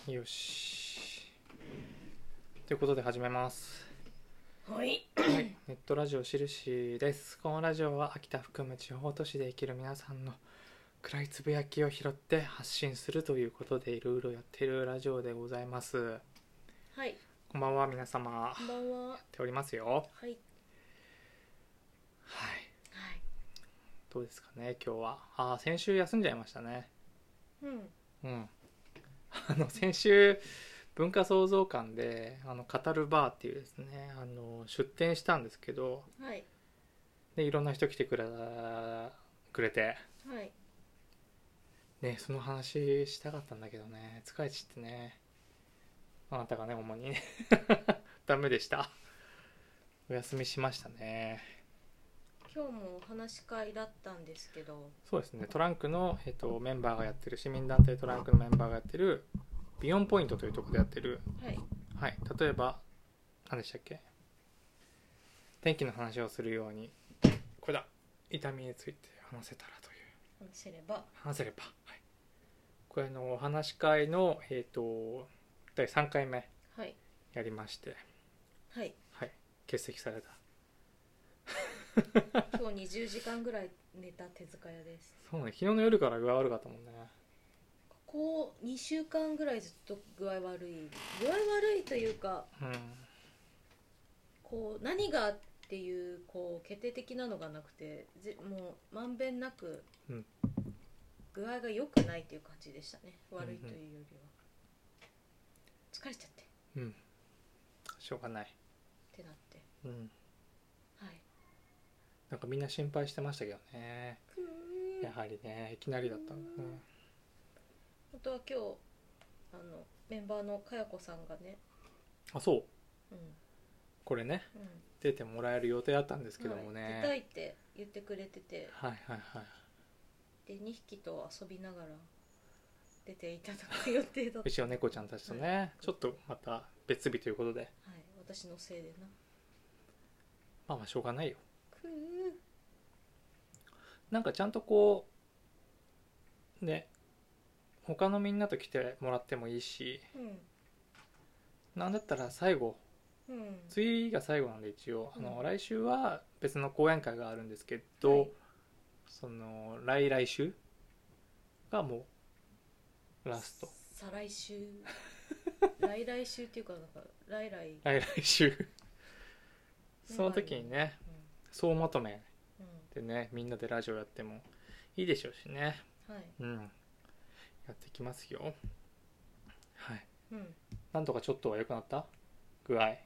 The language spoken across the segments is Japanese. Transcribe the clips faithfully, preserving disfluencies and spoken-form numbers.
よし。ということで始めます。 はい。 はい、ネットラジオしるしです。このラジオは秋田含む地方都市で生きる皆さんの暗いつぶやきを拾って発信するということでいろいろやっているラジオでございます。 はい。 こんばんは皆様。 こんばんは。 やっておりますよ。 はい。 はい。 はい。 どうですかね今日は。あ、先週休んじゃいましたね。 うん。 うん。あの先週文化創造館であの語るバーっていうですねあの出店したんですけど、 はい。 でいろんな人来てくれくれて、 はい。 ね、その話したかったんだけどね、疲れちってね、あなたがね主にねダメでした。お休みしましたね。 今日もお話し会だったんですけど、 そうですね、トランクの、えっと、メンバーがやってる市民団体トランクのメンバーがやってるビヨンポイントというところでやってる、 はい、 はい、例えば何でしたっけ、天気の話をするように、これだ、痛みについて話せたらという、 話せれば話せれば、はい、これのお話し会の、えっとだいさんかいめやりまして、 はい、 はい、欠席された。 今日にじゅうじかんぐらい寝た手塚屋です。 そうね、昨日の夜から具合悪かったもんね。 ここにしゅうかんぐらいずっと具合悪い具合悪いというか、 うん、 こう何がっていうこう決定的なのがなくて、ぜもうまんべんなく具合が良くないという感じでしたね。悪いというよりは疲れちゃって、 うん、しょうがないってなって、 うん、 はい、 なんかみんな心配してましたけどね。やはりね、いきなりだったんだね。 本当は今日あのメンバーのかやこさんがね、 あ、そう、 うん、 これね、 うん、 出てもらえる予定だったんですけどもね、 はい、出たいって言ってくれてて、 はいはいはい、 でにひきと遊びながら出ていただく予定だった。 うちの猫ちゃんたちとね、はい、ちょっとまた別日ということで、はい、 私のせいでな。 まあまあしょうがないよ。 くー、 なんかちゃんとこうね、他のみんなと来てもらってもいいし、 うん、 なんだったら最後、うん、次が最後なんで一応、うん、あの来週は別の講演会があるんですけど、はい、その来来週がもうラスト。 再来週来来週っていうか、なんか来来来来週その時にね、うん、総まとめでね、みんなでラジオやってもいいでしょうしね、はい、うん、やっていきますよ。はい、うん、なんとかちょっとは良くなった具合。い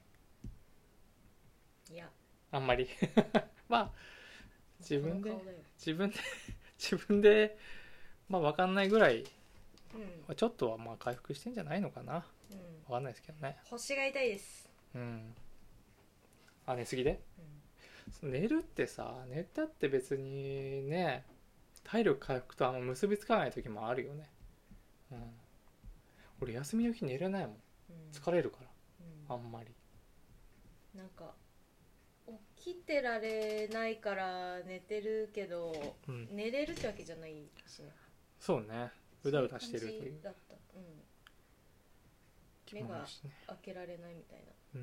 や、 あんまりまあ自分で自分で自分でまあ分かんないぐらい、うん、ちょっとはまあ回復してんじゃないのかな、うん、分かんないですけどね。 腰が痛いです。うん。 あ、寝すぎで、うん、寝るってさ、寝たって別にね、体力回復とあんま結びつかない時もあるよね。うん。俺休みの日寝れないもん。うん、疲れるから、うん、あんまり。 なんか起きてられないから寝てるけど、うん、寝れるってわけじゃないしね。 そうね、うだうだしてるという。 だった、うん、目が開けられないみたいな。うん、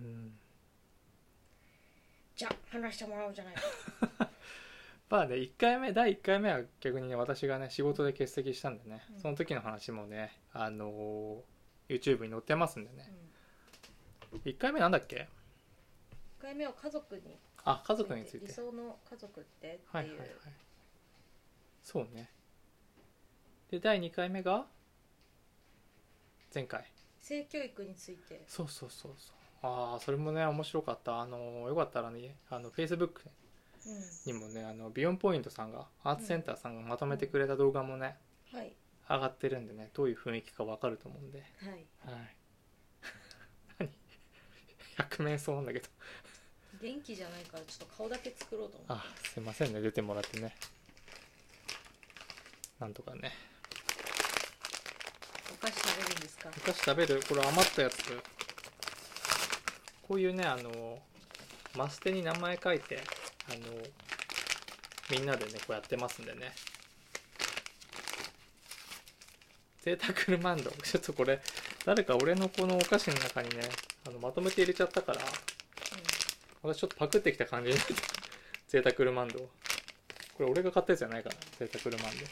じゃあ話してもらおうじゃないかまあね、いっかいめだいいっかいめは逆にね、私がね仕事で欠席したんでね、うん、その時の話もね、あのー、YouTube に載ってますんでね、うん、いっかいめなんだっけ。いっかいめは家族に、 あ、家族について、 理想の家族ってっていう、 はいはいはい、そうね。でだいにかいめが前回性教育について。 そうそうそうそう、ああそれもね面白かった。あのよかったらね、あの Facebook にもね、あのビヨンポイントさんが、アーツセンターさんがまとめてくれた動画もね、うん、はい、上がってるんでね、どういう雰囲気か分かると思うんで、はい、はい、何百面相なんだけど元気じゃないからちょっと顔だけ作ろうと思って。 あ、すいませんね、出てもらってね、なんとかね。 お菓子食べるんですか。 お菓子食べる。これ余ったやつ、こういうね、あのマステに名前書いて、あのみんなでねこうやってますんでね、 贅沢ルマンドちょっとこれ誰か俺のこのお菓子の中にねあのまとめて入れちゃったから、うん、私ちょっとパクってきた感じになって贅沢ルマンドこれ俺が買ったやつじゃないから贅沢ルマンド。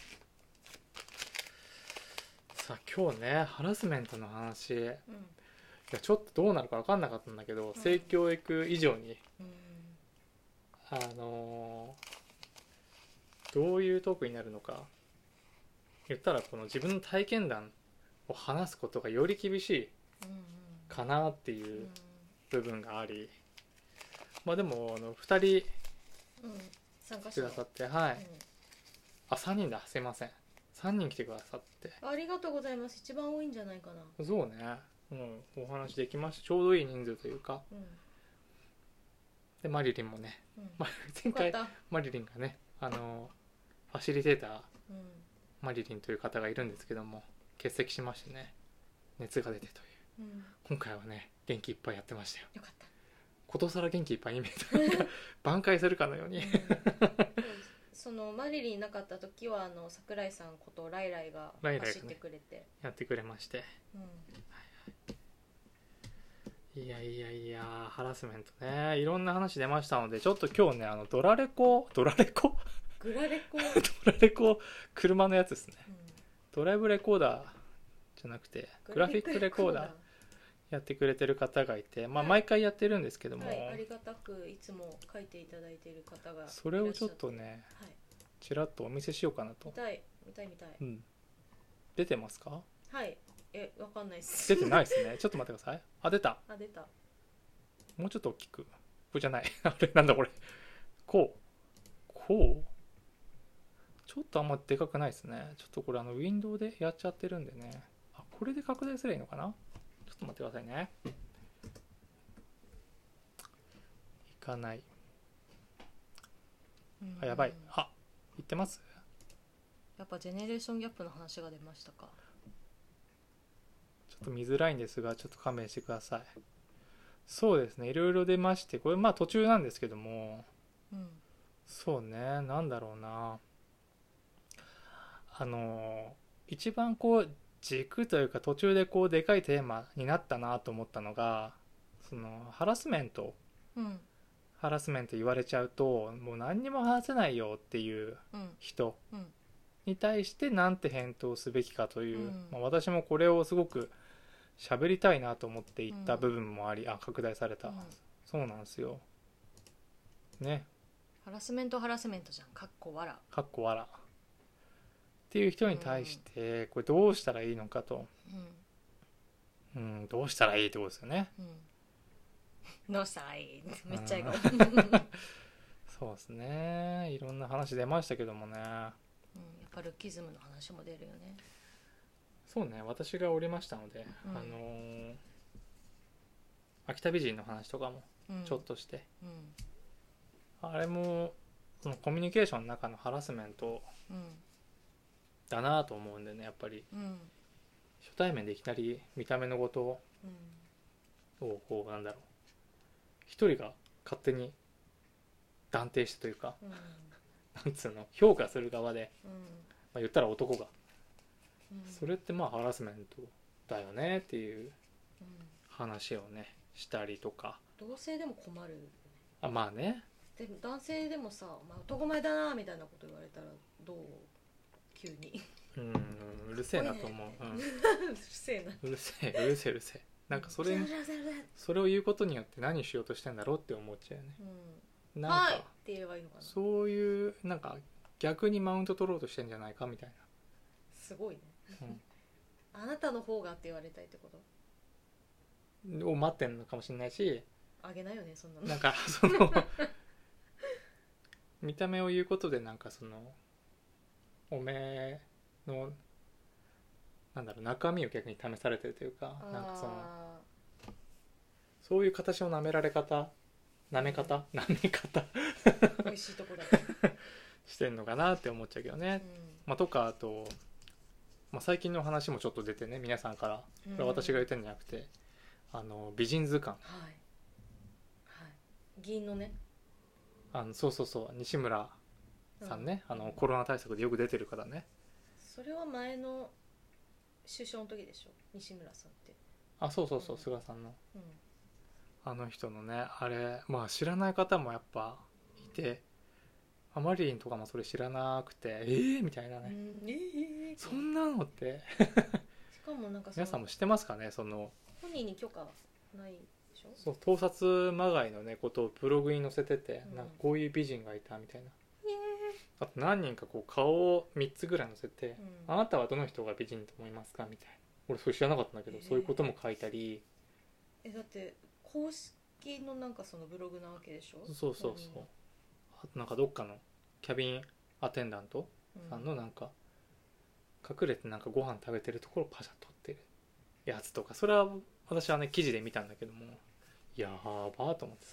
さあ今日ねハラスメントの話、うん、いやちょっとどうなるか分かんなかったんだけど、うん、性教育以上に、うん、あのー、どういうトークになるのか言ったらこの自分の体験談を話すことがより厳しいかなっていう部分があり、まあでもあのふたりくださって、はい、あさんにんだ、すいませんさんにん来てくださってありがとうございます。一番多いんじゃないかな。 そうね、うん、お話できました。ちょうどいい人数というか、うん、でマリリンもね、うん、前回マリリンがねあのファシリテーター、うんマリリンという方がいるんですけども欠席しましてね熱が出てという、うん、今回はね元気いっぱいやってましたよ。 よかった。 ことさら元気いっぱいに見えた挽回するかのように、うん、 そのマリリンいなかった時はあの桜井さんことライライが走ってくれて、ね、 やってくれまして、うん、いやいやいやハラスメントねいろんな話出ましたのでちょっと今日ねあのドラレコドラレコグラレコドラレコ車のやつですね、うん、ドライブレコーダーじゃなくてグラフィックレコーダーやってくれてる方がいて、まあ、毎回やってるんですけども、 はいはい、ありがたくいつも書いていただいている方がそれをちょっとね、はい、ちらっとお見せしようかなと。 見たい見たい見たい、うん、 出てますか？ はいえわかんないっす出てないですねちょっと待ってください。あ出たあ出たもうちょっと大きくこれじゃないあれなんだこれこうこうちょっとあんまでかくないですね。ちょっとこれあのウィンドウでやっちゃってるんでね。あ、これで拡大すればいいのかな。ちょっと待ってくださいね。いかない。あ、やばい。あ、言ってます？ やっぱジェネレーションギャップの話が出ましたか。 ちょっと見づらいんですが、ちょっと勘弁してください。そうですね。いろいろ出まして、これまあ途中なんですけども、うん、そうね。なんだろうな。あの一番こう軸というか途中でこうでかいテーマになったなと思ったのがそのハラスメント、うん、ハラスメント言われちゃうともう何にも話せないよっていう人に対してなんて返答すべきかという、うんまあ、私もこれをすごく喋りたいなと思っていった部分もあり、うん、あ拡大された、うん、そうなんですよね。 ハラスメントハラスメントじゃんかっこわらかっこわらっていう人に対してこれどうしたらいいのかと、うん、うん、どうしたらいいってことですよね、 うん、どうしたらいいめっちゃ笑顔そうですねいろんな話出ましたけどもね、うん、やっぱルッキズムの話も出るよね。 そうね私がおりましたので、うん、あのー、秋田美人の話とかもちょっとして、うんうん、あれもそのコミュニケーションの中のハラスメント、うんだなと思うんでねやっぱり、うん、初対面でいきなり見た目のことを、うん、こうなんだろう一人が勝手に断定してというか、うん、なんつうの評価する側で、うんまあ、言ったら男が、うん、それってまあハラスメントだよねっていう話をねしたりとか。 同性でも困る、ね、 あまあねで男性でもさ、まあ、男前だなみたいなこと言われたらどう急にうんうるせえなと思う、うん、うるせえなうるせえうるせえうるせえなんかそれそれを言うことによって何しようとしてんだろうって思っちゃうよね、 うん、なんか、はい、って言えばいいのかな。 そういうなんか逆にマウント取ろうとしてんじゃないかみたいな。 すごいね、うん、あなたの方がって言われたいってことを待ってんのかもしれないしあげないよねそんなのなんかその見た目を言うことでなんかそのおめえのなんだろう中身を逆に試されてるというかなんかそのそういう形の舐められ方舐め方舐め方美味しいところしてんのかなって思っちゃうけどね、うんまあ、とかあと、まあ、最近の話もちょっと出てね皆さんからこれは私が言ってるんじゃなくて、うん、あの美人図鑑、はいはい、議員のねあのそうそうそう西村さんね、うん、あのコロナ対策でよく出てる方ね。 それは前の首相の時でしょ、西村さんって。 あ、そうそうそう、うん、菅さんの、うん、あの人のね、あれ、まあ知らない方もやっぱいて、マリリンとかもそれ知らなくて、えーみたいなね、うん、えー、そんなのってしかもなんか皆さんも知ってますかね、その本人に許可ないでしょ。 そう、盗撮まがいのねことをブログに載せてて、うん、なんかこういう美人がいたみたいな、あと何人かこう顔をみっつぐらい載せて、うん、あなたはどの人が美人と思いますかみたいな、俺それ知らなかったんだけど、そういうことも書いたり。 え、だって公式のなんかそのブログなわけでしょ。 そうそうそう。あとなんかどっかのキャビンアテンダントさんのなんか隠れてなんかご飯食べてるところをパシャ撮ってるやつとか、それは私はね記事で見たんだけども、やばーと思ってさ、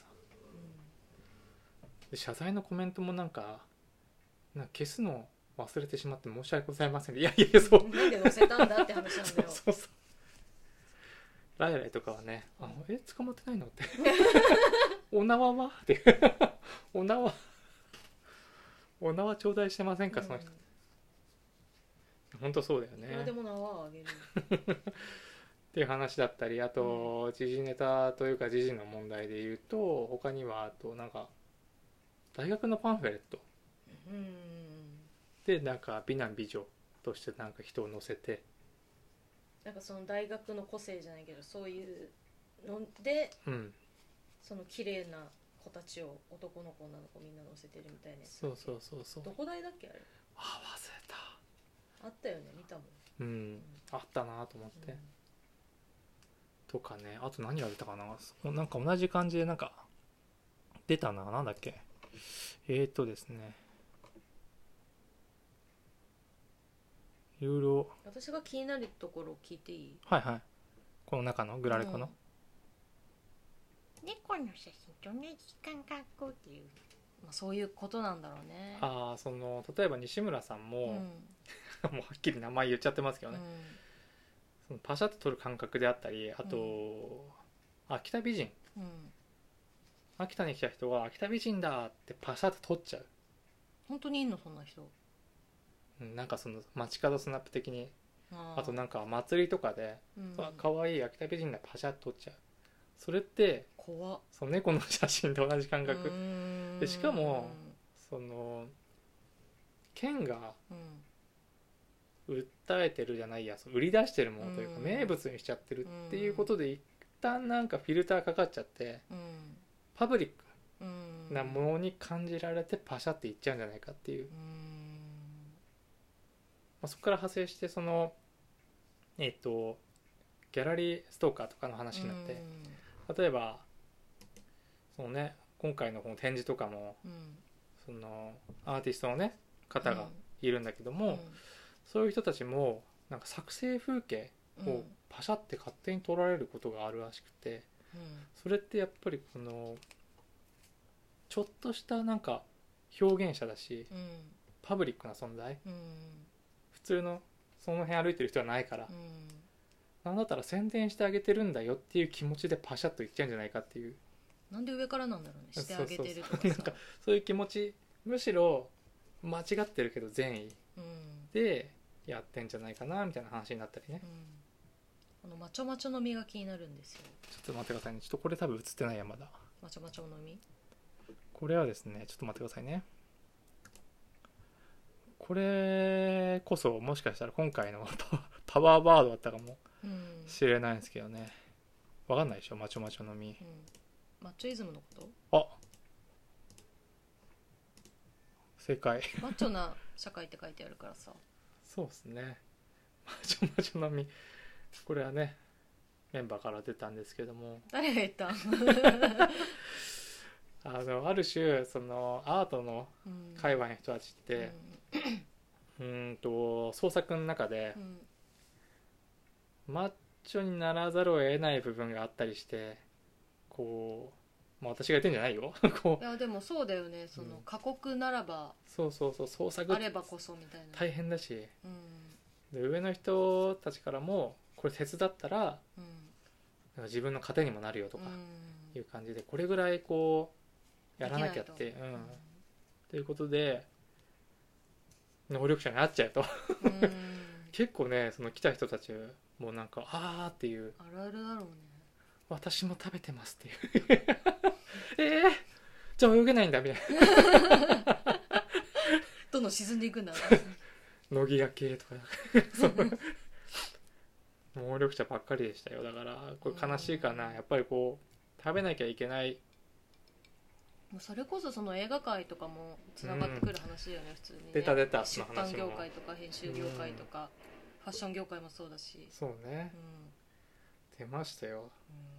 で謝罪のコメントもなんかなんか消すの忘れてしまって申し訳ございません、いやいやいや、そうなんで載せたんだって話なんだよ。そうそうそう、 ライライとかはね、あのえ捕まってないのってお縄はってお縄お縄頂戴してませんか、うん、その人。本当そうだよね。 いくらでも縄をあげるっていう話だったり、あと、うん、時事ネタというか時事の問題で言うと、他にはあとなんか大学のパンフレット、うん、でなんか美男美女としてなんか人を乗せて、 なんかその大学の個性じゃないけどそういうので、うん、その綺麗な子たちを男の子女の子みんな乗せてるみたいなやつ。 そうそうそうそう。 どこ大だっけあれ。 あ、忘れた。 あったよね、見たもん。 うん、うん、あったなと思って、うん、とかね。あと何が出たかな、なんか同じ感じでなんか出たな、なんだっけ、えーとですねいろいろ。 私が気になるところを聞いていい？ はいはい。この中のグラレコの、 うん、猫の写真と同じ感覚っていう、まあ、そういうことなんだろうね。 ああ、その例えば西村さんも、うん、もうはっきり名前言っちゃってますけどね、うん、そのパシャッと撮る感覚であったり、あと、うん、秋田美人、うん、秋田に来た人が秋田美人だってパシャッと撮っちゃう。 本当にいんのそんな人。 なんかその街角スナップ的に、 あ, あとなんか祭りとかで、うん、かわいい秋田美人がパシャッと撮っちゃう。それって怖っ。 その猫の写真と同じ感覚で、しかもその県が訴えてるじゃないや、その売り出してるものというか名物にしちゃってるっていうことで一旦なんかフィルターかかっちゃって、パブリックなものに感じられてパシャっていっちゃうんじゃないかっていう、まあ、そこから派生してそのえっとギャラリーストーカーとかの話になって、例えばそのね今回のこの展示とかも、うん、そのアーティストのね方がいるんだけども、うん、そういう人たちもなんか作成風景をパシャって勝手に撮られることがあるらしくて、うん、それってやっぱりこのちょっとしたなんか表現者だし、うん、パブリックな存在、うん、普通のその辺歩いてる人はないから、うん、なんだったら宣伝してあげてるんだよっていう気持ちでパシャッといっちゃうんじゃないかっていう。 なんで上からなんだろうね、してあげてるとかさ。 そうそうそう、なんかそういう気持ち、むしろ間違ってるけど善意でやってんじゃないかなみたいな話になったりね、 うん、このマチョマチョの実が気になるんですよ。 ちょっと待ってくださいね、ちょっとこれ多分映ってないやまだ。 マチョマチョの実、 これはですね、ちょっと待ってくださいね。これこそもしかしたら今回のパワーバードだったかもしれないんですけどね、わかんないでしょ、マチョマチョの実、うん、 マッチョイズムのこと。 あ、正解。 マッチョな社会って書いてあるからさ。 そうですね、マチョマチョの実、これはねメンバーから出たんですけども、 誰が言ったあのある種そのアートの界隈の人たちって、うん、うんと創作の中で、うん、マッチョにならざるを得ない部分があったりして、こう、まあ、私が言ってんじゃないよこう、いやでもそうだよね、その過酷ならば、 うん、そうそうそう、創作あればこそみたいな大変だし、うん、で上の人たちからもこれ手伝ったら、うん、なんか自分の糧にもなるよとかいう感じで、これぐらいこうやらなきゃって、うん、うん、ということで能力者になっちゃうと結構ねその来た人たちもなんかあーっていう、 あるあるだろうね。 私も食べてますっていうえー、じゃあ泳げないんだみたいなどんどん沈んでいくんだ乃木が系とか能力者ばっかりでしたよ。だからこれ悲しいかな、やっぱりこう食べなきゃいけない。 もうそれこそその映画界とかもつながってくる話だよね、うん、普通にね。 出た出た、 出版業界とか編集業界とか、うん、ファッション業界もそうだし。 そうね、うん、出ましたよ、うん、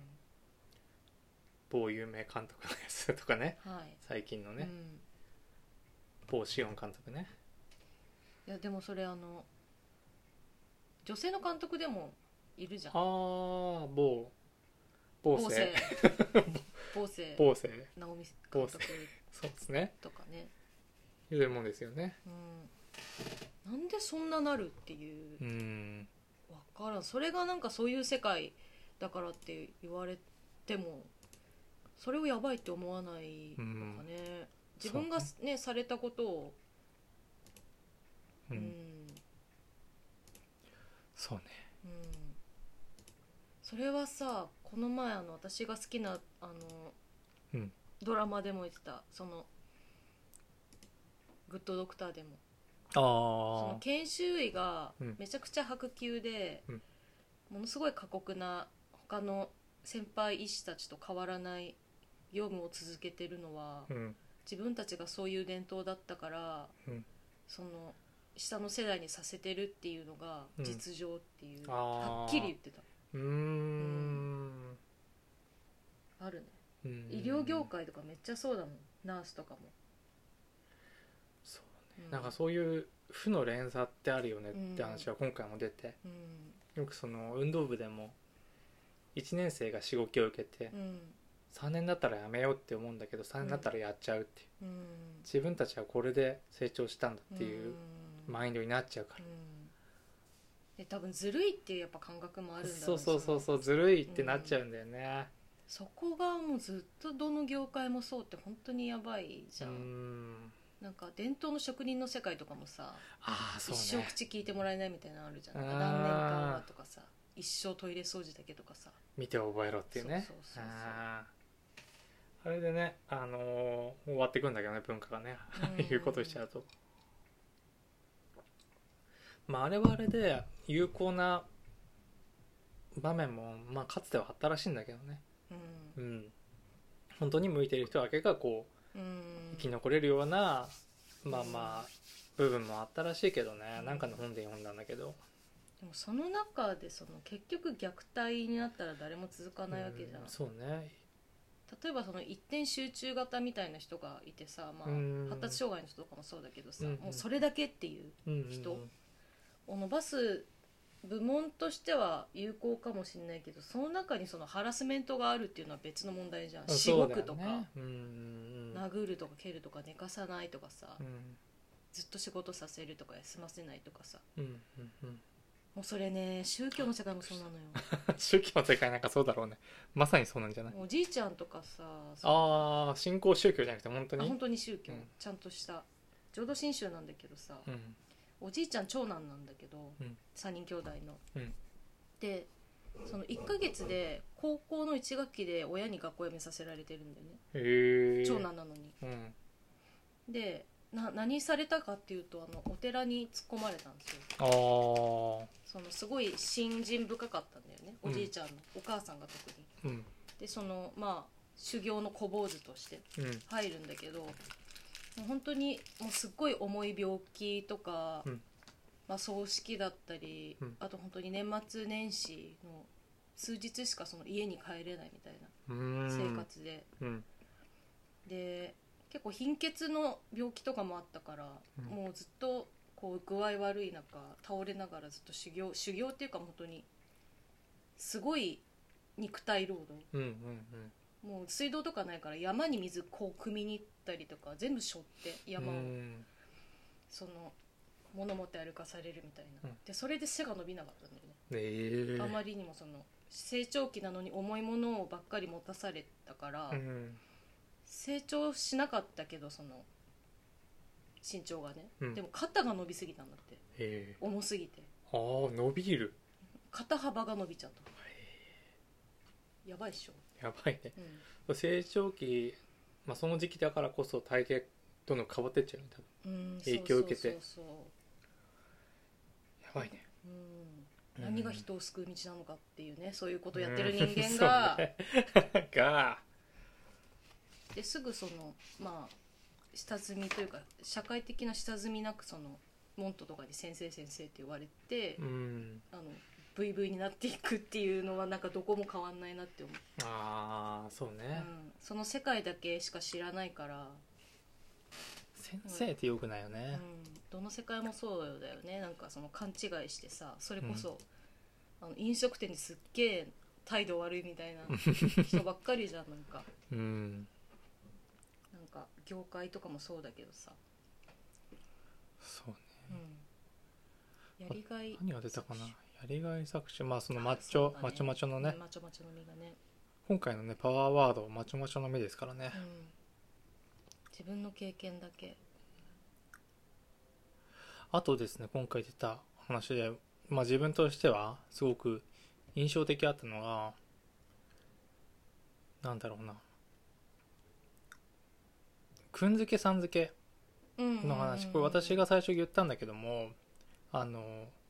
某有名監督のやつとかね、はい、最近のね、うん、某シオン監督ね。 いやでもそれあの女性の監督でもいるじゃん。ああ、某某世某世某世直美監督そうですねとかね、 いうもんですよね、 うん、なんでそんななるっていう、うん、分からん。それがなんかそういう世界だからって言われてもそれをやばいって思わないのかね、うん、自分がね、ねされたことを、 うん、うん、そうね、うん、 それはさ、この前あの私が好きなあの、うん、ドラマでも言ってたそのグッドドクターでも、あその研修医がめちゃくちゃ薄給で、うん、ものすごい過酷な他の先輩医師たちと変わらない業務を続けてるのは、うん、自分たちがそういう伝統だったから、うん、その下の世代にさせてるっていうのが実情っていう、うん、はっきり言ってた。うーん、うん、あるね、うん、医療業界とかめっちゃそうだもん、ナースとかも。 そうね、うん、なんかそういう負の連鎖ってあるよねって話は今回も出て、うん、よくその運動部でもいちねん生がしごきを受けて、うん、さんねんだったらやめようって思うんだけどさんねんだったらやっちゃうっていう、うん、自分たちはこれで成長したんだっていうマインドになっちゃうから、うんで多分ずるいっていうやっぱ感覚もあるんだろう。 そうそうそうそう、ずるいってなっちゃうんだよね、 うん、そこがもうずっとどの業界もそうって本当にやばいじゃん。うん、なんか伝統の職人の世界とかもさ、あ、そうね、一生口聞いてもらえないみたいなのあるじゃん。なんか何年間はとかさ、一生トイレ掃除だけとかさ、 見て覚えろっていうね。そうそうそうそう、あ, あれでね、あのー、終わってくんだけどね、文化がねいうことしちゃうと、まあ、あれはあれで有効な場面も、まあ、かつてはあったらしいんだけどね、うんうん、本当に向いてる人だけがこう、うん、生き残れるようなまあまあ部分もあったらしいけどね、うん、なんかの本で読んだんだけど、 でもその中でその結局虐待になったら誰も続かないわけじゃん、うん、 そうね。 例えばその一点集中型みたいな人がいてさ、まあ、発達障害の人とかもそうだけどさ、うんうん、もうそれだけっていう人を伸ばす部門としては有効かもしれないけど、その中にそのハラスメントがあるっていうのは別の問題じゃん。しごくとか、ね、うんうんうん、殴るとか蹴るとか寝かさないとかさ、うん、ずっと仕事させるとか休ませないとかさ、うんうんうん、もうそれね、宗教の世界もそうなのよ宗教の世界なんかそうだろうね。まさにそうなんじゃない。 おじいちゃんとかさ、 ああ、信仰宗教じゃなくて本当に、 あ、本当に宗教、うん、ちゃんとした浄土真宗なんだけどさ、うん、おじいちゃん長男なんだけど、うん、さんにん兄弟の、うん、でそのいっかげつで高校のいち学期で親に学校辞めさせられてるんだよね。へー、長男なのに、うん、でな何されたかっていうと、あのお寺に突っ込まれたんですよ。あ、そのすごい信心深かったんだよね、おじいちゃんの、うん、お母さんが特に、うん、でそのまあ修行の小坊主として入るんだけど、もう本当にもうすっごい重い病気とか、うん、まあ、葬式だったり、うん、あと本当に年末年始の数日しかその家に帰れないみたいな生活で、うん、で結構貧血の病気とかもあったから、うん、もうずっとこう具合悪い中倒れながらずっと修行修行っていうか本当にすごい肉体労働、うんうんうん、もう水道とかないから山に水こう汲みに行ったりとか全部背負って山を、うん、その物持って歩かされるみたいな、うん、でそれで背が伸びなかったんだよね、えー、あまりにもその成長期なのに重いものをばっかり持たされたから、うん、成長しなかったけどその身長がね、うん、でも肩が伸びすぎたんだって、えー、重すぎてああ伸びる、 肩幅が伸びちゃった。やばいっしょ。 やばいね、うん、成長期、まあ、その時期だからこそ体型どんどん変わってっちゃうね多分、うん、影響を受けて。そうそうそうそう、やばいね、 うん、何が人を救う道なのかっていうね、そういうことをやってる人間が、 うんね、がですぐそのまあ下積みというか社会的な下積みなくそのモントとかに先生先生って言われて、うん、あの ブイブイ になっていくっていうのはなんかどこも変わんないなって思う。 ああそうね、 うん、その世界だけしか知らないから。 先生ってよくないよね、 うん、どの世界もそうだよね。なんかその勘違いしてさ、それこそ、うん、あの飲食店ですっげえ態度悪いみたいな人ばっかりじゃんなんか、うん、なんか業界とかもそうだけどさ。 そうね、 うん、やりがい何が出たかな、やりがい搾取、まあそのマッチョ、ね、マチョマチョのね、 マチョマチョの実がね、 今回のねパワーワードマチョマチョの実ですからね、うん、 自分の経験だけ。 あとですね、今回出た話で、まあ、自分としてはすごく印象的だったのが、なんだろうな、くんづけさんづけの話、これ私が最初言ったんだけども、あの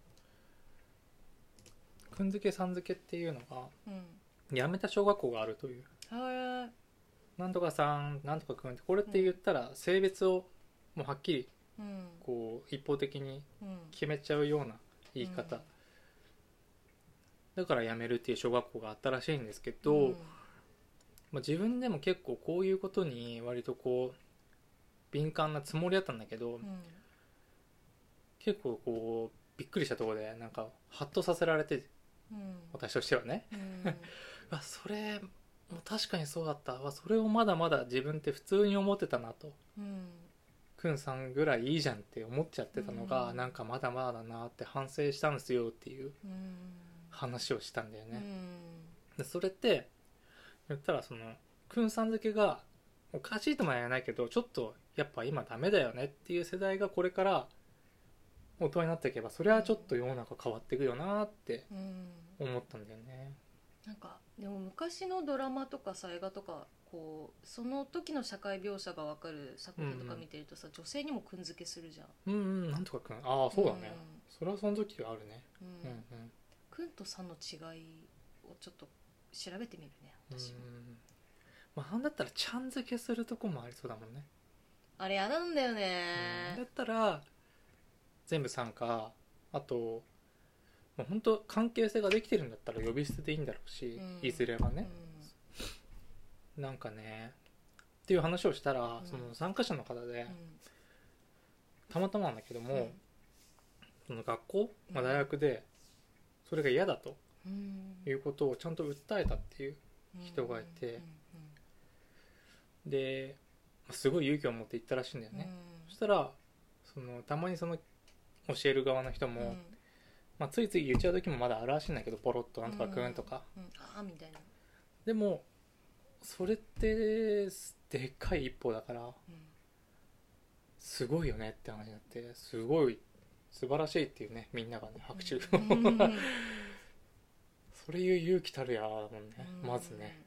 くんづけさんづけっていうのが、うん、辞めた小学校があるという、なんとかさんなんとかくんって、これって言ったら性別をもうはっきりこう一方的に決めちゃうような言い方、うん、だから辞めるっていう小学校があったらしいんですけど、うん、まあ、自分でも結構こういうことに割とこう敏感なつもりだったんだけど、うん、結構こうびっくりしたところでなんかハッとさせられて、うん、私としてはね、うん、あそれも確かにそうだったわ、それをまだまだ自分って普通に思ってたなと、うん、くんさんぐらいいいじゃんって思っちゃってたのが、うん、なんかまだまだだなって反省したんですよっていう話をしたんだよね、うん、でそれって言ったらそのくんさん付けがおかしいとも言えないけどちょっとやっぱ今ダメだよねっていう世代がこれから大人になっていけばそれはちょっと世の中変わっていくよなって思ったんだよね、 うん、なんかでも昔のドラマとかさ映画とかこうその時の社会描写が分かる作品とか見てるとさ、うん、女性にもくんづけするじゃん。 うんうんなんとかくん、ああそうだね、うん、それはその時はあるね、うんうんうん、くんとさんの違いをちょっと調べてみるね私も。 まあなんだったらちゃんづけするとこもありそうだもんね。 あれやなんだよね、 うん、だったら全部参加、あともう本当関係性ができてるんだったら呼び捨てでいいんだろうし、うん、いずれはね、うん、なんかねっていう話をしたら、うん、その参加者の方で、うん、たまたまなんだけども、うん、その学校、まあ、大学でそれが嫌だと、うん、いうことをちゃんと訴えたっていう人がいて、うんうんうん、ですごい勇気を持って行ったらしいんだよね、うん、そしたらそのたまにその教える側の人も、うんまあ、ついつい言っちゃう時もまだあるらしいんだけどポロッとなんとかくんとか、 うんうん、あみたいな。 でもそれってでっかい一歩だから、うん、すごいよねって話になって、すごい素晴らしいっていうね、みんながね拍手を、うん、それいう勇気たるやもんね、うん、まずね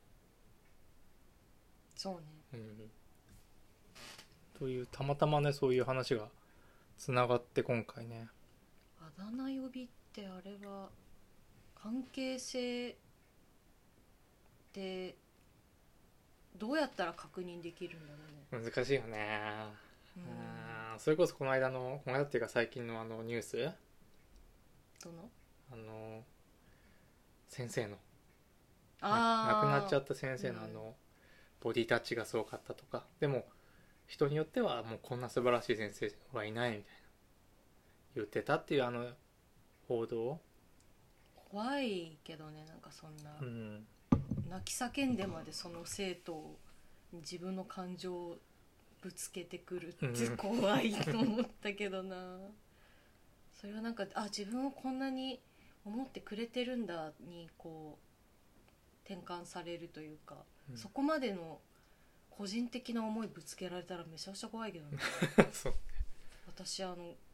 そうね、 うん、というたまたまねそういう話がつながって今回ね。 あだ名呼びってあれは関係性ってどうやったら確認できるんだろうね。難しいよね、うん、それこそこの間のこの間っていうか最近のあのニュース、 どのあの先生の亡くなっちゃった先生のあの、うん、ボディタッチがすごかったとか、でも人によってはもうこんな素晴らしい先生はいないみたいな言ってたっていうあの報道。 怖いけどね、なんかそんな、うん、泣き叫んでまでその生徒に自分の感情をぶつけてくるって怖いと思ったけどな、うん、それはなんかあ自分をこんなに思ってくれてるんだにこう転換されるというか、うん、そこまでの個人的な思いぶつけられたらめちゃくちゃ怖いけどねそう私あの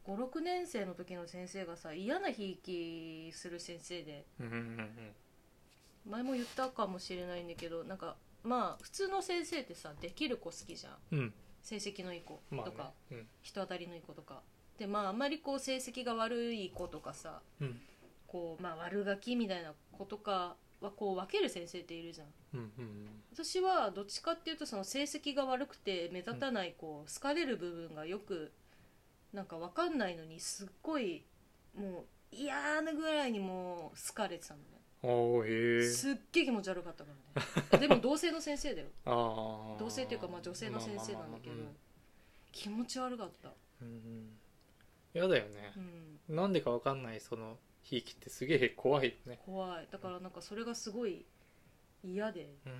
ごろくねん生の時の先生がさ嫌なひいきする先生で、 うんうんうん、 前も言ったかもしれないんだけど、なんかまあ普通の先生ってさできる子好きじゃん、 うん、 成績のいい子とか、 まあね、うん、 人当たりのいい子とかで、まああんまりこう成績が悪い子とかさ、 うん、 こうまあ悪ガキみたいな子とかはこう分ける先生っているじゃん、 うんうんうん、 私はどっちかっていうとその成績が悪くて目立たないこう好かれる部分がよくなんか分かんないのにすっごいもう嫌なぐらいにもう好かれてたのね。 おー、へー、 すっげえ気持ち悪かったからねでも同性の先生だよあ同性っていうかまあ女性の先生なんだけど、まあまあまあまあ、うん、気持ち悪かった、 うん、やだよね、うん、なんでか分かんないそのひいきってすげえ怖いよね。 怖い。だからなんかそれがすごい嫌で、 うん、うん、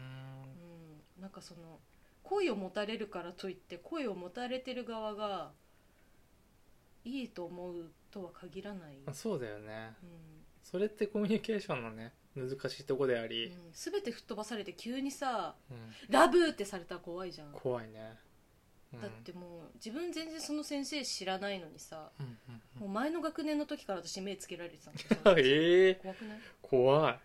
なんかその恋を持たれるからといって恋を持たれてる側がいいと思うとは限らない。 そうだよね、 うん、 それってコミュニケーションのね難しいとこであり、うん、 全て吹っ飛ばされて急にさ、 うん、 ラブってされたら怖いじゃん。 怖いね、 うん、だってもう自分全然その先生知らないのにさ、 うんうんうん、 もう前の学年の時から私目つけられてたんですよえー、 怖くない？ 怖い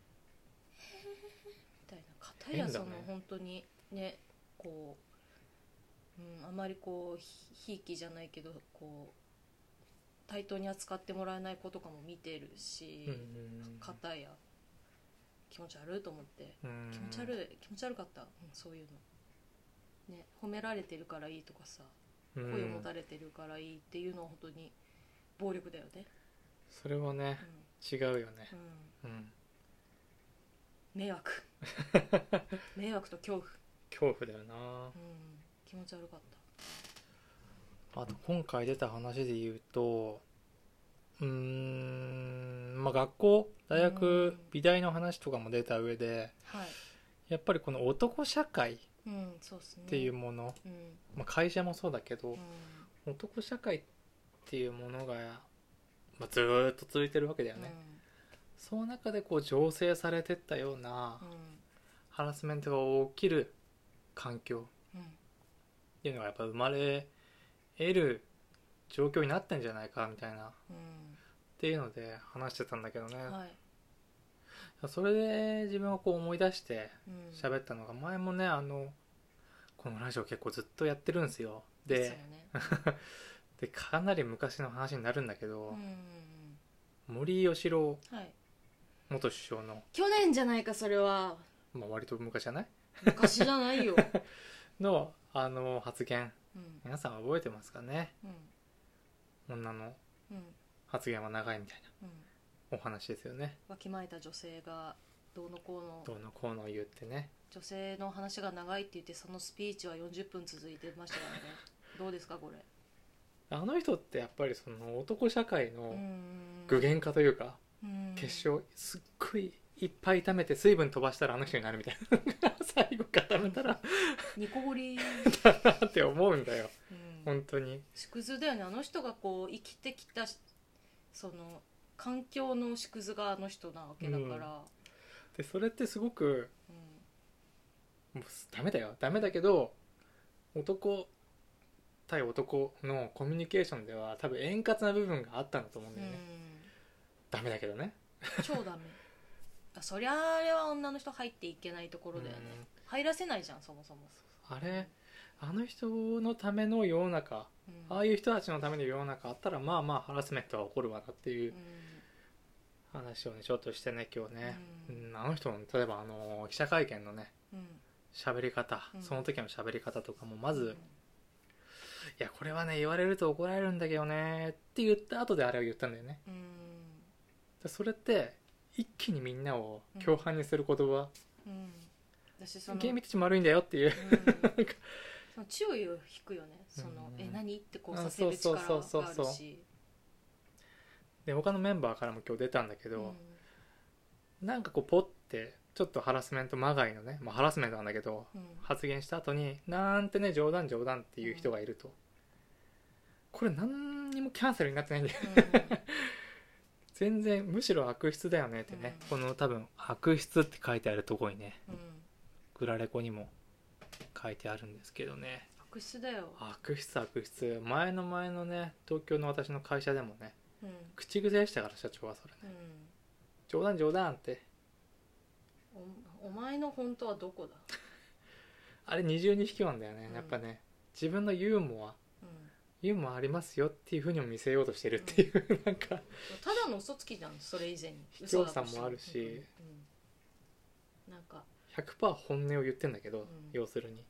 みたいな。片やその本当にねこう、うん、あまりこうひいきじゃないけどこう対等に扱ってもらえない子とかも見てるし、うんうんうん、片や気持ち悪いと思って、うん、気持ち悪い気持ち悪かった、うん、そういうのね。褒められてるからいいとかさ、うん、恋を持たれてるからいいっていうのは本当に暴力だよね。 それはね、うん、違うよね、うんうん、 迷惑迷惑と恐怖恐怖だよな、うん、 気持ち悪かった。 あと今回出た話で言うとうーん、まあ、学校大学美大の話とかも出た上で、 はい、 やっぱりこの男社会っていうもの、うん、まあ、会社もそうだけど、うん、男社会っていうものが、まあ、ずーっと続いてるわけだよね、うん、その中でこう醸成されてったような、うん、ハラスメントが起きる環境っていうのがやっぱ生まれ得る状況になったんじゃないかみたいな、うん、っていうので話してたんだけどね、はい、それで自分はこう思い出して喋ったのが、前もねあのこのラジオ結構ずっとやってるんですよ。で、ですよねでかなり昔の話になるんだけど、うん、森喜朗元首相の、はい、 去年じゃないかそれは、 まあ、割と昔じゃない？ 昔じゃないよのあの発言、うん、皆さん覚えてますかね、うん、女の発言は長いみたいな、うん、お話ですよね。 わきまえた女性がどうのこうのどうのこうの言ってね、 女性の話が長いって言ってそのスピーチはよんじゅっぷん続いてましたからねどうですかこれ。 あの人ってやっぱりその男社会の具現化というか、う結晶すっごいいっぱい炒めて水分飛ばしたらあの人になるみたいな最後固めたらニコゴリだなって思うんだよ、うん、本当に縮図だよね。あの人がこう生きてきたその環境の縮図があの人なわけだから、うん、 でそれってすごく、うん、もうダメだよダメだけど男対男のコミュニケーションでは多分円滑な部分があったんだと思うんだよね、うん、ダメだけどね超ダメそりゃあれは女の人入っていけないところだよね、うん、入らせないじゃんそもそも。 あれあの人のための世の中、うん、ああいう人たちのための世の中あったらまあまあハラスメントは起こるわなっていう話をねちょっとしてね今日ね、うんうん、あの人の例えばあの記者会見のね喋、うん、り方、うん、その時の喋り方とかもまず、うん、いやこれはね言われると怒られるんだけどねって言った後であれを言ったんだよね、うん、それって一気にみんなを共犯にする言葉、うん、私その厳密値悪いんだよっていう、うん、 その注意を引くよねその、うん、え何ってこうさせる力があるし、 で他のメンバーからも今日出たんだけど、うん、なんかこうポッてちょっとハラスメントまがいのね、まあ、ハラスメントなんだけど、うん、発言した後になんてね冗談冗談っていう人がいると、うん、これ何にもキャンセルになってないんだよ、うん全然むしろ悪質だよねってね、うん、この多分悪質って書いてあるところにね、うん、グラレコにも書いてあるんですけどね。 悪質だよ。 悪質悪質。前の前のね東京の私の会社でもね、 うん、 口癖でしたから社長はそれね、うん、冗談冗談って。 お, お前の本当はどこだあれ二重に引きなんだよね、うん、やっぱね自分のユーモア、うん、ユーモアありますよっていうふうにも見せようとしてるっていう、うん、なんかただの嘘つきじゃんそれ以前に。 卑怯さもあるし、 うん、なんかひゃくパーセント 本音を言ってんだけど、うん、要するに、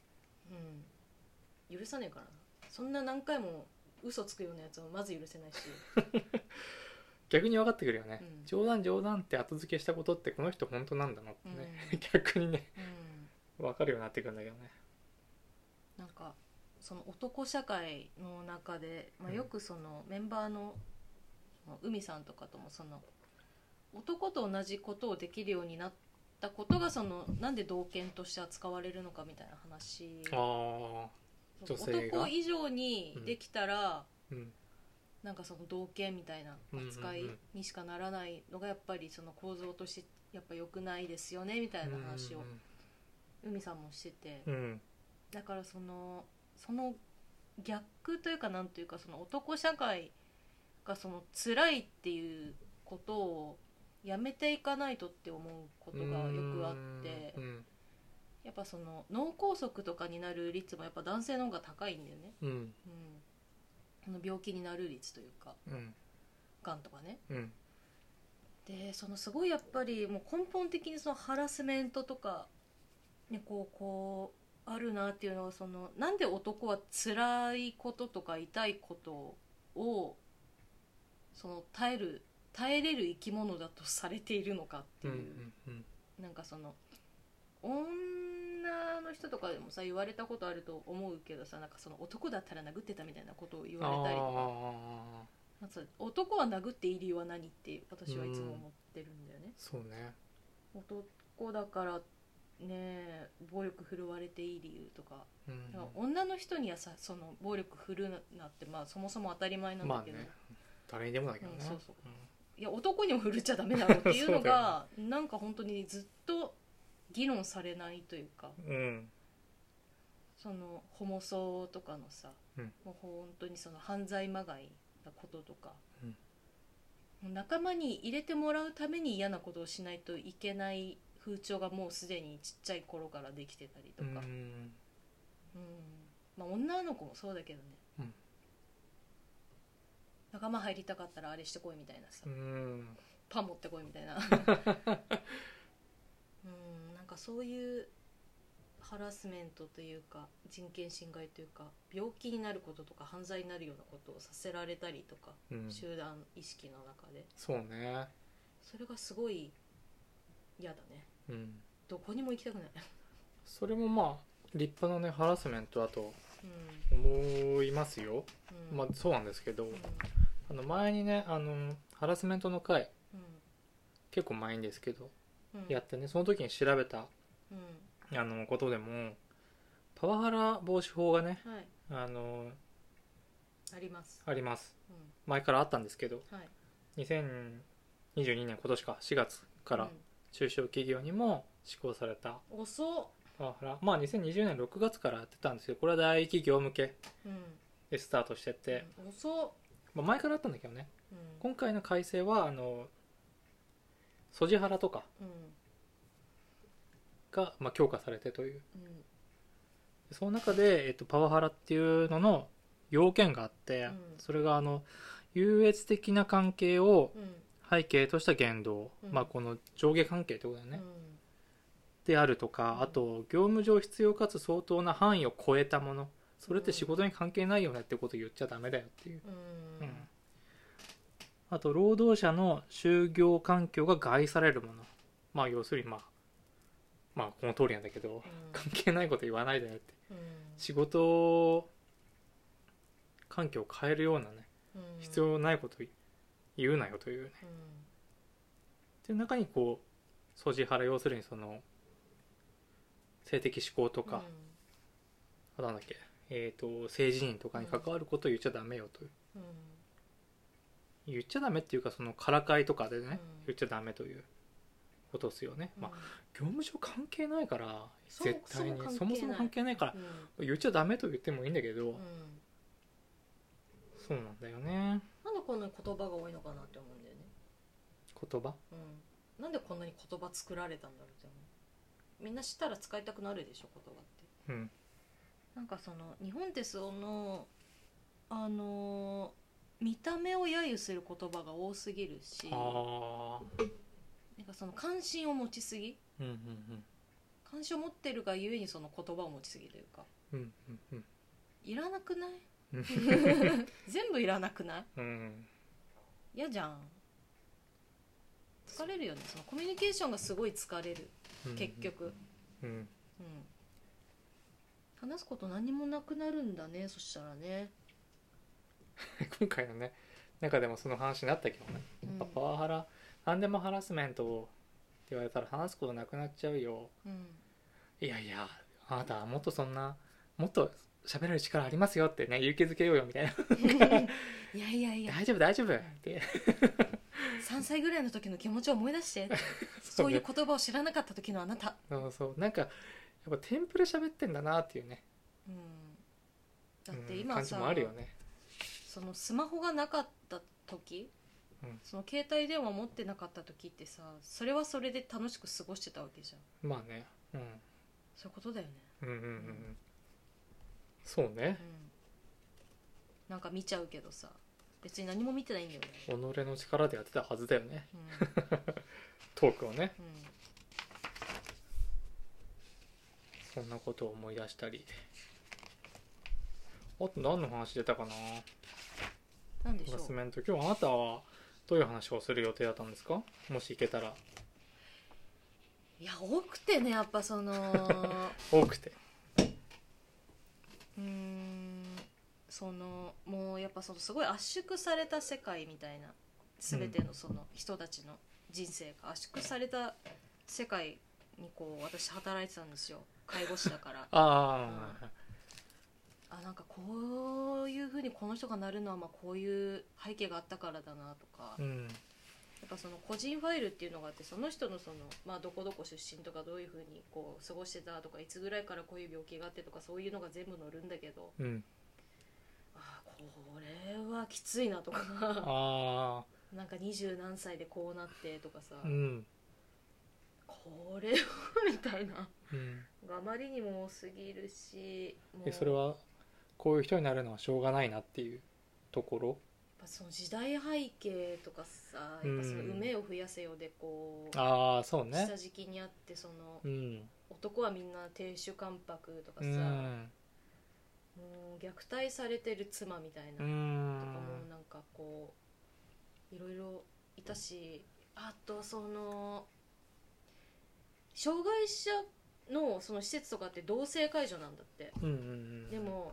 うん、許さねえからな。そんな何回も嘘つくようなやつはまず許せないし逆に分かってくるよね、うん、冗談冗談って後付けしたことってこの人本当なんだなってね、うん、逆にね、うん、分かるようになってくるんだけどね。 なんかその男社会の中で、まあ、よくそのメンバーの海さんとかともその男と同じことをできるようになったことがそのなんで同権として扱われるのかみたいな話。 あ女性が男以上にできたら、 うんうん、 なんかその同権みたいな扱いにしかならないのがやっぱりその構造としてやっぱ良くないですよねみたいな話を海さんもしてて、 うん、 だからそのその逆というかなんというかその男社会がその辛いっていうことをやめていかないとって思うことがよくあって、うん、やっぱその脳梗塞とかになる率もやっぱ男性の方が高いんだよね、 うん、 うん、病気になる率というか、 うん、 がんとかね、 うん、 でそのすごいやっぱりもう根本的にそのハラスメントとか、ね、こうこうあるなっていうのはそのなんで男は辛いこととか痛いことをその耐える耐えれる生き物だとされているのかっていう、うんうんうん、なんかその女の人とかでもさ言われたことあると思うけどさ、なんかその男だったら殴ってたみたいなことを言われたりとか、なんか男は殴っていい理由は何って私はいつも思ってるんだよね、 うん、そうね。 男だからね暴力振るわれていい理由とか、 うん、 だから女の人にはさその暴力振るなって、まあ、そもそも当たり前なんだけど、まあね、 誰にでもだけどね、 うん、そうそう、うん、いや男にも振るっちゃダメだろうっていうのがね、なんか本当にずっと議論されないというか、 うん、 そのホモソとかのさ、 うん、 もう本当にその犯罪まがいなこととか、 うん、 仲間に入れてもらうために嫌なことをしないといけない風潮がもうすでにちっちゃい頃からできてたりとか、うん、うん、まあ、女の子もそうだけどね、 うん、 仲間入りたかったらあれしてこいみたいなさ、 うん、 パン持ってこいみたいなうん、なんかそういうハラスメントというか人権侵害というか病気になることとか犯罪になるようなことをさせられたりとか、うん、集団意識の中でそうね、それがすごい嫌だね、 うん、 どこにも行きたくないそれもまあ立派なねハラスメントだと思いますよ、うん、まあそうなんですけど、うん、あの前にねあのハラスメントの会、うん、結構前にですけど、うん、やってねその時に調べた、うん、あのことでもパワハラ防止法がね、はい、あのありますあります、うん、前からあったんですけど、 はい、 にせんにじゅうにねん今年かしがつから中小企業にも施行された、 うん、遅っパワハラ、まあにせんにじゅうねんろくがつからやってたんですけどこれは大企業向けでスタートしてて、 うん、遅っ、 まあ、前からあったんだけどね、 うん、 今回の改正はあのソジハラとかが、まあ、強化されてという、うん、その中で、えっと、パワハラっていうのの要件があって、うん、それがあの優越的な関係を背景とした言動、うん、まあこの上下関係ってことだよね、うん、であるとか、あと業務上必要かつ相当な範囲を超えたもの、それって仕事に関係ないよねってことを言っちゃダメだよっていう、うん、あと労働者の就業環境が害されるもの、まあ要するにまあまあこの通りなんだけど、うん、関係ないこと言わないでよって、うん、仕事環境を変えるようなね、うん、必要ないこと言うなよというね、うん、っていう中にこうソジハラ、要するにその性的指向とか、うん、あとなんだっけ、えーと政治人とかに関わることを言っちゃダメよという、うん、言っちゃダメっていうかそのからかいとかでね、うん、言っちゃダメということですよね、 うん、 まあ業務上関係ないからそ絶対にそもそも関係ないから、うん、言っちゃダメと言ってもいいんだけど、うん、そうなんだよね。 なんでこんなに言葉が多いのかなって思うんだよね。 言葉、 うん、なんでこんなに言葉作られたんだろうって思う。みんな知ったら使いたくなるでしょ言葉って、うん、なんかその日本ってそのあの見た目を揶揄する言葉が多すぎるし、あなんかその関心を持ちすぎ、うんうんうん、関心を持ってるがゆえにその言葉を持ちすぎというか、うんうんうん、いらなくない全部いらなくない、うん、嫌じゃん。疲れるよね。そのコミュニケーションがすごい疲れる、うん、結局、うんうん、話すこと何もなくなるんだね。そしたらね今回のね中でもその話になったけどね、うん、パワハラ何でもハラスメントって言われたら話すことなくなっちゃうよ、うん、いやいやあなたもっとそんなもっと喋れる力ありますよってね勇気づけようよみたいないやいやいや大丈夫大丈夫ってさんさいぐらいの時の気持ちを思い出してそういう言葉を知らなかった時のあなたそうそうなんかやっぱテンプレ喋ってんだなっていうね、うん、 だって今さ、うん、感じもあるよね。そのスマホがなかった時、うん、その携帯電話持ってなかった時ってさそれはそれで楽しく過ごしてたわけじゃん。まあね、うん、 そういうことだよね。 うんうんうん、うん、そうね、 うん、なんか見ちゃうけどさ別に何も見てないんだよね。 己の力でやってたはずだよね、うん、トークをね、うん、そんなことを思い出したり。あと何の話出たかな。 何でしょう。 ハラスメント今日あなたはどういう話をする予定だったんですか、もし行けたら。 いや多くてねやっぱその多くてうーんそのもうやっぱそのすごい圧縮された世界みたいな全てのその人たちの人生が圧縮された世界にこう私働いてたんですよ。介護士だからああ、うんあなんかこういう風にこの人がなるのはまあこういう背景があったからだなとか、うん、やっぱその個人ファイルっていうのがあってその人のその、まあ、どこどこ出身とかどういう風にこう過ごしてたとかいつぐらいからこういう病気があってとかそういうのが全部載るんだけど、うん、あこれはきついなとかあなんか二十何歳でこうなってとかさ、うん、これはみたいな、うん、あまりにも多すぎるしもうえそれはこういう人になるのはしょうがないなっていうところ。やっぱその時代背景とかさ、やっぱその埋めを増やせよでこう、 ああそうね下敷きにあってその、うん、男はみんな亭主関白とかさ、うん、もう虐待されてる妻みたいなとかもなんかこういろいろいたし、あとその障害者のその施設とかって同性介助なんだって、うんうんうん、でも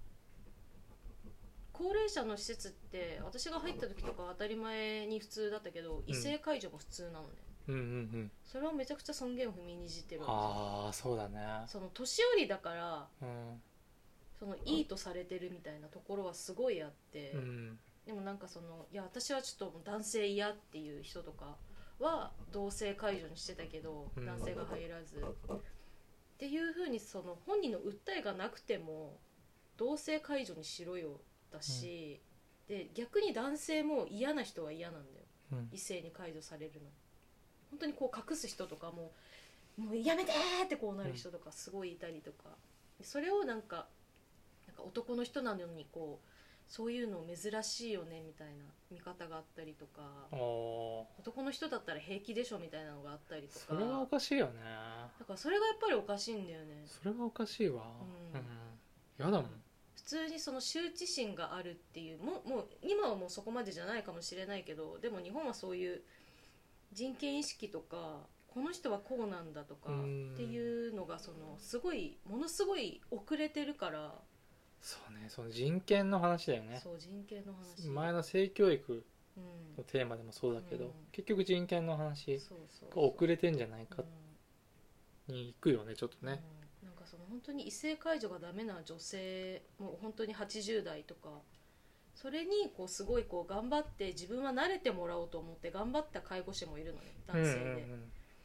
高齢者の施設って私が入った時とか当たり前に普通だったけど、うん、異性介助も普通なのね、うんうんうん、それはめちゃくちゃ尊厳を踏みにじってるわけじゃん。 ああそうだね。 その年寄りだから、うん、そのいいとされてるみたいなところはすごいあって、うん、でもなんかそのいや私はちょっと男性嫌っていう人とかは同性介助にしてたけど、うん、男性が入らずっていう風にその本人の訴えがなくても同性介助にしろよだし、うん、で逆に男性も嫌な人は嫌なんだよ、うん、異性に介助されるの本当にこう隠す人とかももうやめてーってこうなる人とかすごいいたりとか、それをなんか、なんか男の人なのにこうそういうの珍しいよねみたいな見方があったりとか、男の人だったら平気でしょみたいなのがあったりとか。 それはおかしいよね。 だからそれがやっぱりおかしいんだよね。 それはおかしいわ、うんうん、やだもん。 普通にその羞恥心があるっていう も, もう今はもうそこまでじゃないかもしれないけど、でも日本はそういう人権意識とかこの人はこうなんだとかっていうのがそのすごいものすごい遅れてるから。 そうね、その人権の話だよね。 そう人権の話。 前の性教育のテーマでもそうだけど、うん、結局人権の話が遅れてんじゃないかに行くよね、ちょっとね、 うん、なんかその本当に異性介助がダメな女性もう本当にはちじゅう代とかそれにこうすごいこう頑張って自分は慣れてもらおうと思って頑張った介護士もいるのね、男性で、うんうんうん、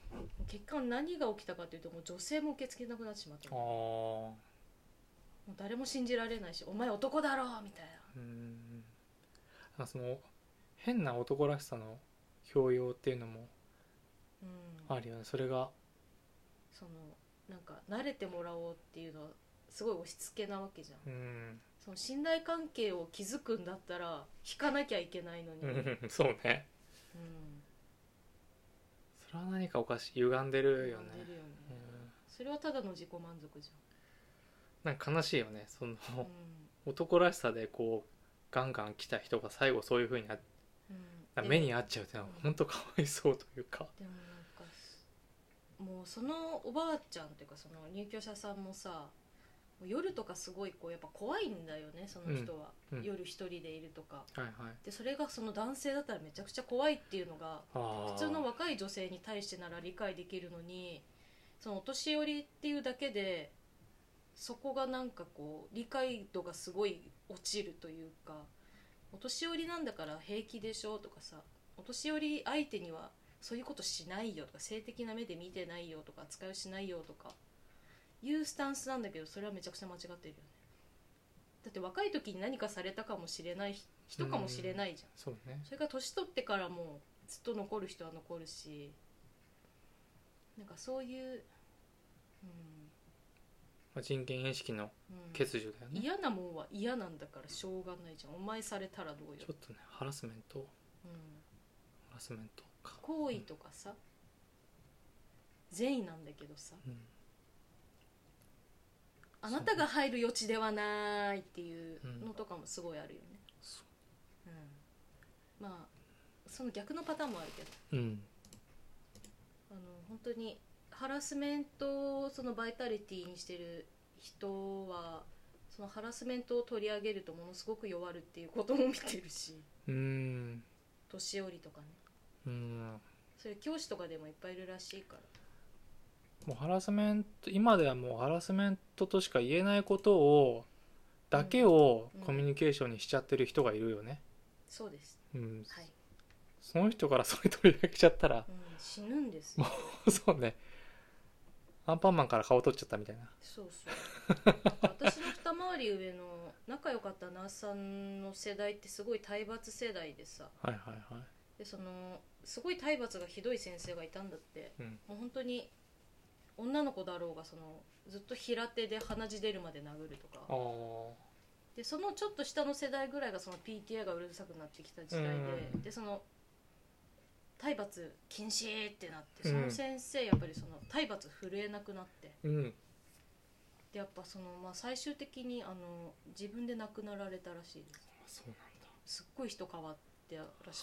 結果何が起きたかというと、もう女性も受け付けなくなってしまった。あもう誰も信じられないし、お前男だろみたいな。うんなんかその変な男らしさの強要っていうのもあるよね、うん、それがそのなんか慣れてもらおうっていうのはすごい押し付けなわけじゃん、うん、その信頼関係を築くんだったら引かなきゃいけないのにそうね、うん、それは何かおかしい、歪んでるよね、歪んでるよね、 うん、それはただの自己満足じゃん。なんか悲しいよね、その、うん、男らしさでこうガンガン来た人が最後そういう風にな、うん、目に合っちゃうっていうのは本当かわいそうというか、 でもなんかもうそのおばあちゃんっていうかその入居者さんもさ、夜とかすごいこうやっぱ怖いんだよね、その人は、うんうん、夜一人でいるとか、はいはい、でそれがその男性だったらめちゃくちゃ怖いっていうのが普通の若い女性に対してなら理解できるのに、そのお年寄りっていうだけでそこがなんかこう理解度がすごい落ちるというか、お年寄りなんだから平気でしょとかさ、お年寄り相手にはそういうことしないよとか、性的な目で見てないよとか、扱いをしないよとかいうスタンスなんだけど、それはめちゃくちゃ間違ってるよね。だって若い時に何かされたかもしれない人かもしれないじゃん、うん、そうね、それから年取ってからもずっと残る人は残るし、なんかそういう、 うんまあ、人権意識の欠如だよね、 うん、嫌なもんは嫌なんだからしょうがないじゃん、お前されたらどうよ、 ちょっとねハラスメント、うん、ハラスメントか行為とかさ、うん、善意なんだけどさ、うん、あなたが入る余地ではないっていうのとかもすごいあるよね、うん、まあその逆のパターンもあるけど、うん、あの本当にハラスメントをそのバイタリティにしてる人はそのハラスメントを取り上げるとものすごく弱るっていうことも見てるし、うーん年寄りとかね、うーんそれ教師とかでもいっぱいいるらしいから、 もうハラスメント今ではもうハラスメントとしか言えないことをだけをコミュニケーションにしちゃってる人がいるよね、うんうん、 そうです、うん、はい、 その人からそれ取り上げちゃったら、うん、 死ぬんですよ、 もうそうね、アンパンマンから顔取っちゃったみたいな、 そうそう私の二回り上の仲良かったナースさんの世代ってすごい体罰世代でさ、はいはいはい、でそのすごい体罰がひどい先生がいたんだって、うん、もう本当に女の子だろうがそのずっと平手で鼻血出るまで殴るとか、でそのちょっと下の世代ぐらいがその ピーティーエー がうるさくなってきた時代で、うん、でその体罰禁止ってなって、その先生やっぱりその体罰震えなくなって、うん、でやっぱその、まあ、最終的にあの自分で亡くなられたらしいです。そうなんだ、すっごい人変わってらしく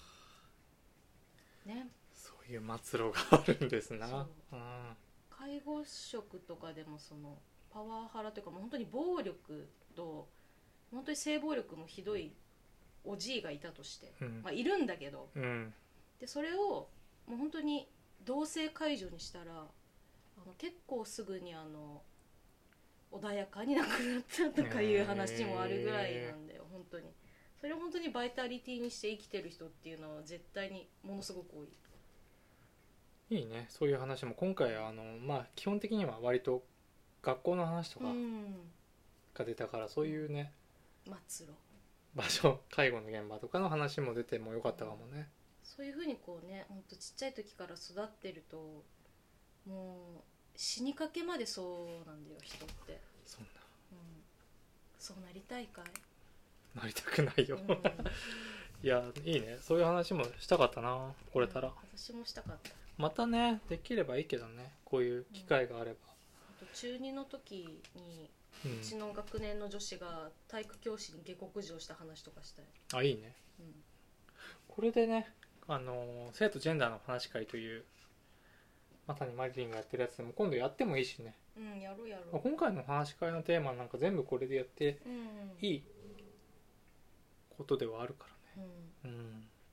てね、 そういう末路があるんですな、うん、 介護職とかでもそのパワハラというかもう本当に暴力と本当に性暴力もひどいおじいがいたとして、うんまあ、いるんだけど、うん、でそれをもう本当に同性解除にしたらあの結構すぐにあの穏やかになくなったとかいう話もあるぐらいなんだよ、本当にそれを本当にバイタリティにして生きてる人っていうのは絶対にものすごく多い。 いいね、そういう話も今回あの、まあ、基本的には割と学校の話とかが出たから、うん、そういうね末路場所介護の現場とかの話も出てもよかったかもね、うん、 そういうふうにこうねほんとちっちゃい時から育ってるともう死にかけまでそうなんだよ人って。そんな、うん、そうなりたいかい？ なりたくないよ、うん、いやいいね、そういう話もしたかったなこれたら、うん、 私もしたかった。 またねできればいいけどね、こういう機会があれば、うん、 あと中にの時にうちの学年の女子が体育教師に下克上した話とかしたい。 あ、いいね、うん、これでねあの性とジェンダーの話し会というまさにマリリンがやってるやつでも今度やってもいいしね、 うん、やろうやろう。 今回の話し会のテーマなんか全部これでやっていいことではあるからね、うん、うん、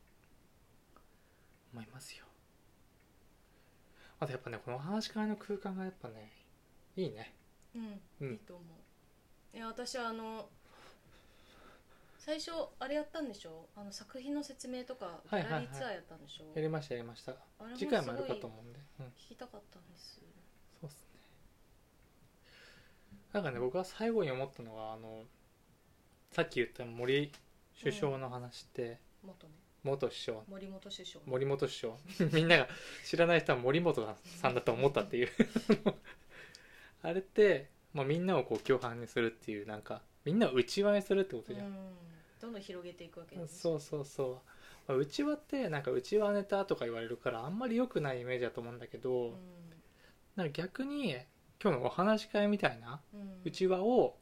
思いますよ。あとやっぱねこの話し会の空間がやっぱねいいね、 うん、うん、いいと思う。いや私はあの最初あれやったんでしょ、あの作品の説明とかギャラリーツアーやったんでしょ、 はいはいはい、やりましたやりました。次回もやるかと思うんで、 聞きたかったんです。 そうっすね。なんかね、僕は最後に思ったのが、あのさっき言った森首相の話って、 うん、元ね元首相森本首相森本首相みんなが知らない人は森本さんだと思ったっていうあれって、まあ、みんなをこう共犯にするっていう、なんかみんなを内輪にするってことじゃん、うん、 どんどん広げていくわけです。 そうそうそう、まあ、内輪ってなんか内輪ネタとか言われるからあんまり良くないイメージだと思うんだけど、うん、なんか逆に今日のお話し会みたいな内輪を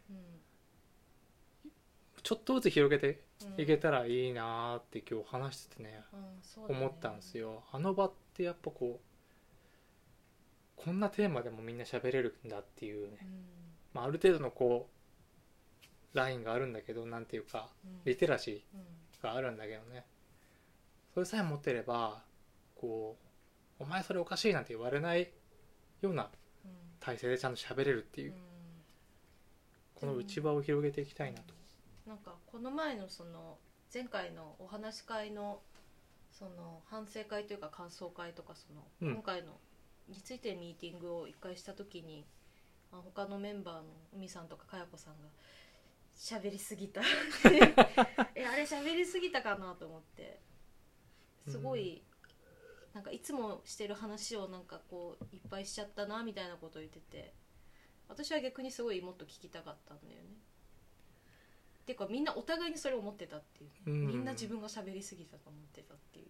ちょっとずつ広げていけたらいいなって今日話しててね、うん、ね思ったんですよ。あの場ってやっぱこうこんなテーマでもみんな喋れるんだっていうね、うん、まあ、ある程度のこうラインがあるんだけど、なんていうか、うん、リテラシーがあるんだけどね、それさえ持ってればこうお前それおかしいなんて言われないような体制でちゃんと喋れるっていう、うん、この内場を広げていきたいなと。 なんかこの前のその前回のお話し会のその反省会というか感想会とか、その今回のについてミーティングを一回した時に、まあ、他のメンバーの海さんとかかやこさんが喋りすぎたえあれ喋りすぎたかなと思って、すごいなんかいつもしてる話をなんかこういっぱいしちゃったなみたいなことを言ってて、私は逆にすごいもっと聞きたかったんだよね。っていうかみんなお互いにそれを思ってたっていう、ね、うん、みんな自分が喋りすぎたと思ってたっていう。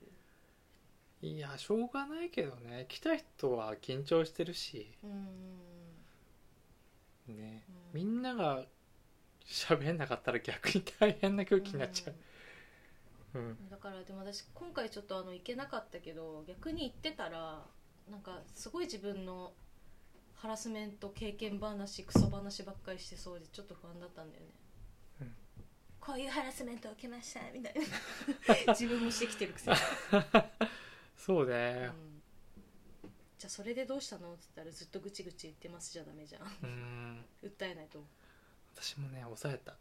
いやしょうがないけどね、来た人は緊張してるし、うんね、うん、みんなが喋んなかったら逆に大変な空気になっちゃう、うんうん、 だからでも私今回ちょっとあの行けなかったけど、逆に行ってたらなんかすごい自分のハラスメント経験話クソ話ばっかりしてそうでちょっと不安だったんだよね。こういうハラスメントを受けましたみたいな自分もしてきてるくせにそうね、 うん、じゃあそれでどうしたのって言ったらずっとぐちぐち言ってますじゃダメじゃん。うん訴えないと。 私もね抑えた、うん、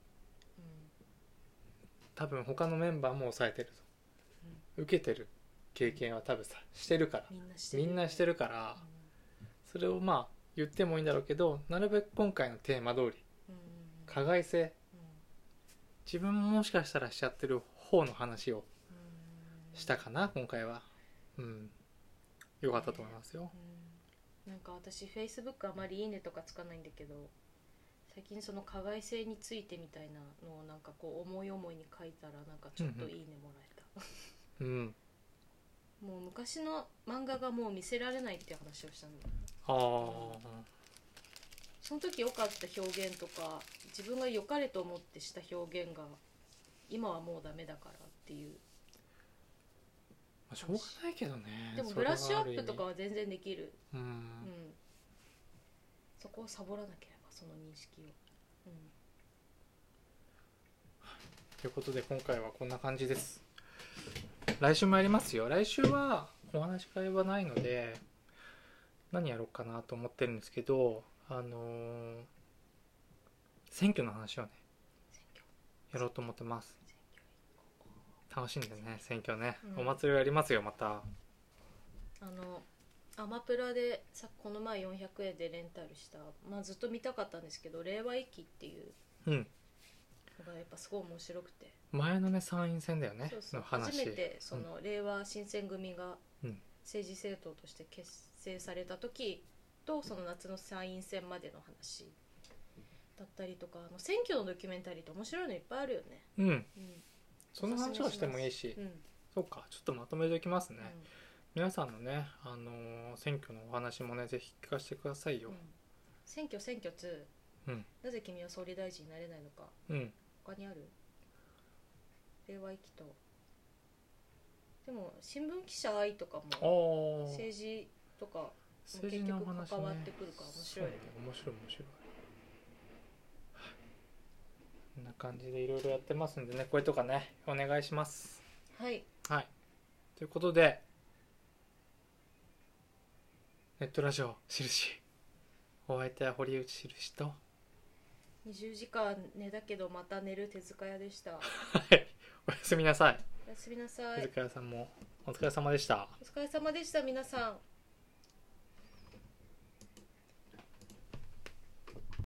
多分他のメンバーも抑えてると、うん、受けてる経験は多分さしてるから、みんなしてる、みんなしてるから、うん、それをまあ言ってもいいんだろうけど、なるべく今回のテーマ通り、うん、加害性、自分ももしかしたらしちゃってる方の話をしたかな今回は。うん、よかったと思いますよ。 うん、なんか私 Facebook あまりいいねとかつかないんだけど、最近その加害性についてみたいなのをなんかこう思い思いに書いたらなんかちょっといいねもらえた。うん、もう昔の漫画がもう見せられないっていう話をしたんだよ。ああ、うん、その時良かった表現とか自分が良かれと思ってした表現が今はもうダメだからっていう。 まあ、しょうがないけどね。 でもブラッシュアップとかは全然できる。うん、うん、そこをサボらなければその認識を、うん、 ということで今回はこんな感じです。来週もやりますよ。来週はお話し会はないので何やろうかなと思ってるんですけど、あのー、選挙の話をねやろうと思ってます。楽しんでね、選挙ね、うん、お祭りがありますよまた。 あのアマプラでさこの前よんひゃくえんでレンタルした、まあ、ずっと見たかったんですけど令和一揆っていうのがやっぱすごい面白くて、 前のね参院選だよね。そうそうの話初めてその、うん、令和新選組が政治政党として結成された時とその夏の参院選までの話だったりとか、あの選挙のドキュメンタリーって面白いのいっぱいあるよね。うん、うん、 その話をしてもいいし、うん、そうかちょっとまとめておきますね、うん、皆さんのね、あのー、選挙のお話もねぜひ聞かせてくださいよ、うん、 選挙選挙ツー、うん、なぜ君は総理大臣になれないのか、うん、他にある？令和一揆とでも新聞記者愛とかも政治とか結局関わってくるから面白いよね。 面白い面白い。こんな感じでいろいろやってますんでね、これとかねお願いします。 はい、 はい、ということでネットラジオしるし、お相手は堀内しるしとにじゅうじかん寝だけどまた寝る手塚屋でした。 はいおやすみなさい。 おやすみなさい。 手塚屋さんもお疲れ様でした。 お疲れ様でした皆さん。